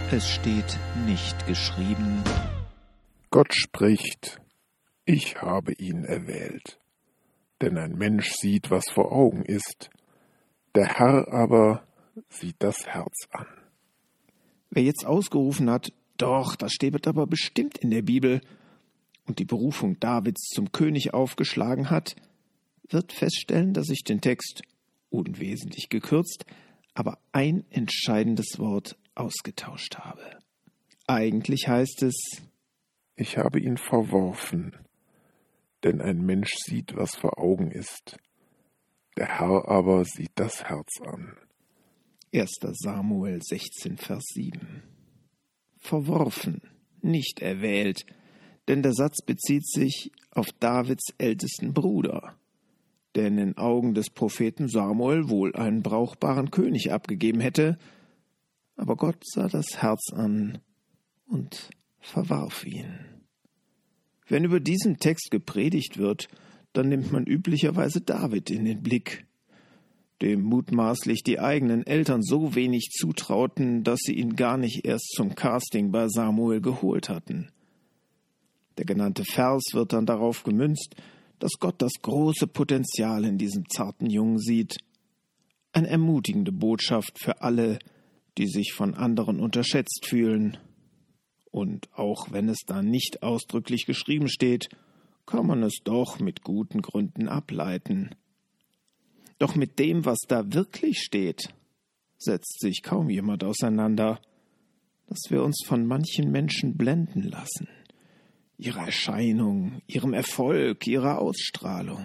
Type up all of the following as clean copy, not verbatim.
Es steht nicht geschrieben. Gott spricht, ich habe ihn erwählt. Denn ein Mensch sieht, was vor Augen ist, der Herr aber sieht das Herz an. Wer jetzt ausgerufen hat, doch, das steht aber bestimmt in der Bibel, und die Berufung Davids zum König aufgeschlagen hat, wird feststellen, dass ich den Text, unwesentlich gekürzt, aber ein entscheidendes Wort ausgetauscht habe. Eigentlich heißt es: Ich habe ihn verworfen, denn ein Mensch sieht, was vor Augen ist, der Herr aber sieht das Herz an. 1. Samuel 16, Vers 7. Verworfen, nicht erwählt, denn der Satz bezieht sich auf Davids ältesten Bruder, der in den Augen des Propheten Samuel wohl einen brauchbaren König abgegeben hätte, aber Gott sah das Herz an und verwarf ihn. Wenn über diesen Text gepredigt wird, dann nimmt man üblicherweise David in den Blick, dem mutmaßlich die eigenen Eltern so wenig zutrauten, dass sie ihn gar nicht erst zum Casting bei Samuel geholt hatten. Der genannte Vers wird dann darauf gemünzt, dass Gott das große Potenzial in diesem zarten Jungen sieht. Eine ermutigende Botschaft für alle, die sich von anderen unterschätzt fühlen. Und auch wenn es da nicht ausdrücklich geschrieben steht, kann man es doch mit guten Gründen ableiten. Doch mit dem, was da wirklich steht, setzt sich kaum jemand auseinander, dass wir uns von manchen Menschen blenden lassen, ihrer Erscheinung, ihrem Erfolg, ihrer Ausstrahlung.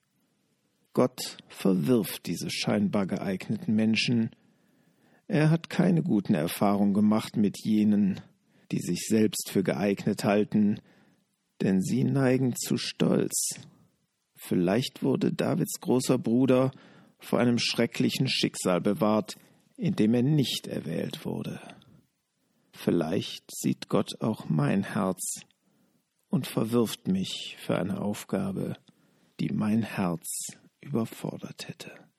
Gott verwirft diese scheinbar geeigneten Menschen. Er hat keine guten Erfahrungen gemacht mit jenen, die sich selbst für geeignet halten, denn sie neigen zu Stolz. Vielleicht wurde Davids großer Bruder vor einem schrecklichen Schicksal bewahrt, in dem er nicht erwählt wurde. Vielleicht sieht Gott auch mein Herz und verwirft mich für eine Aufgabe, die mein Herz überfordert hätte.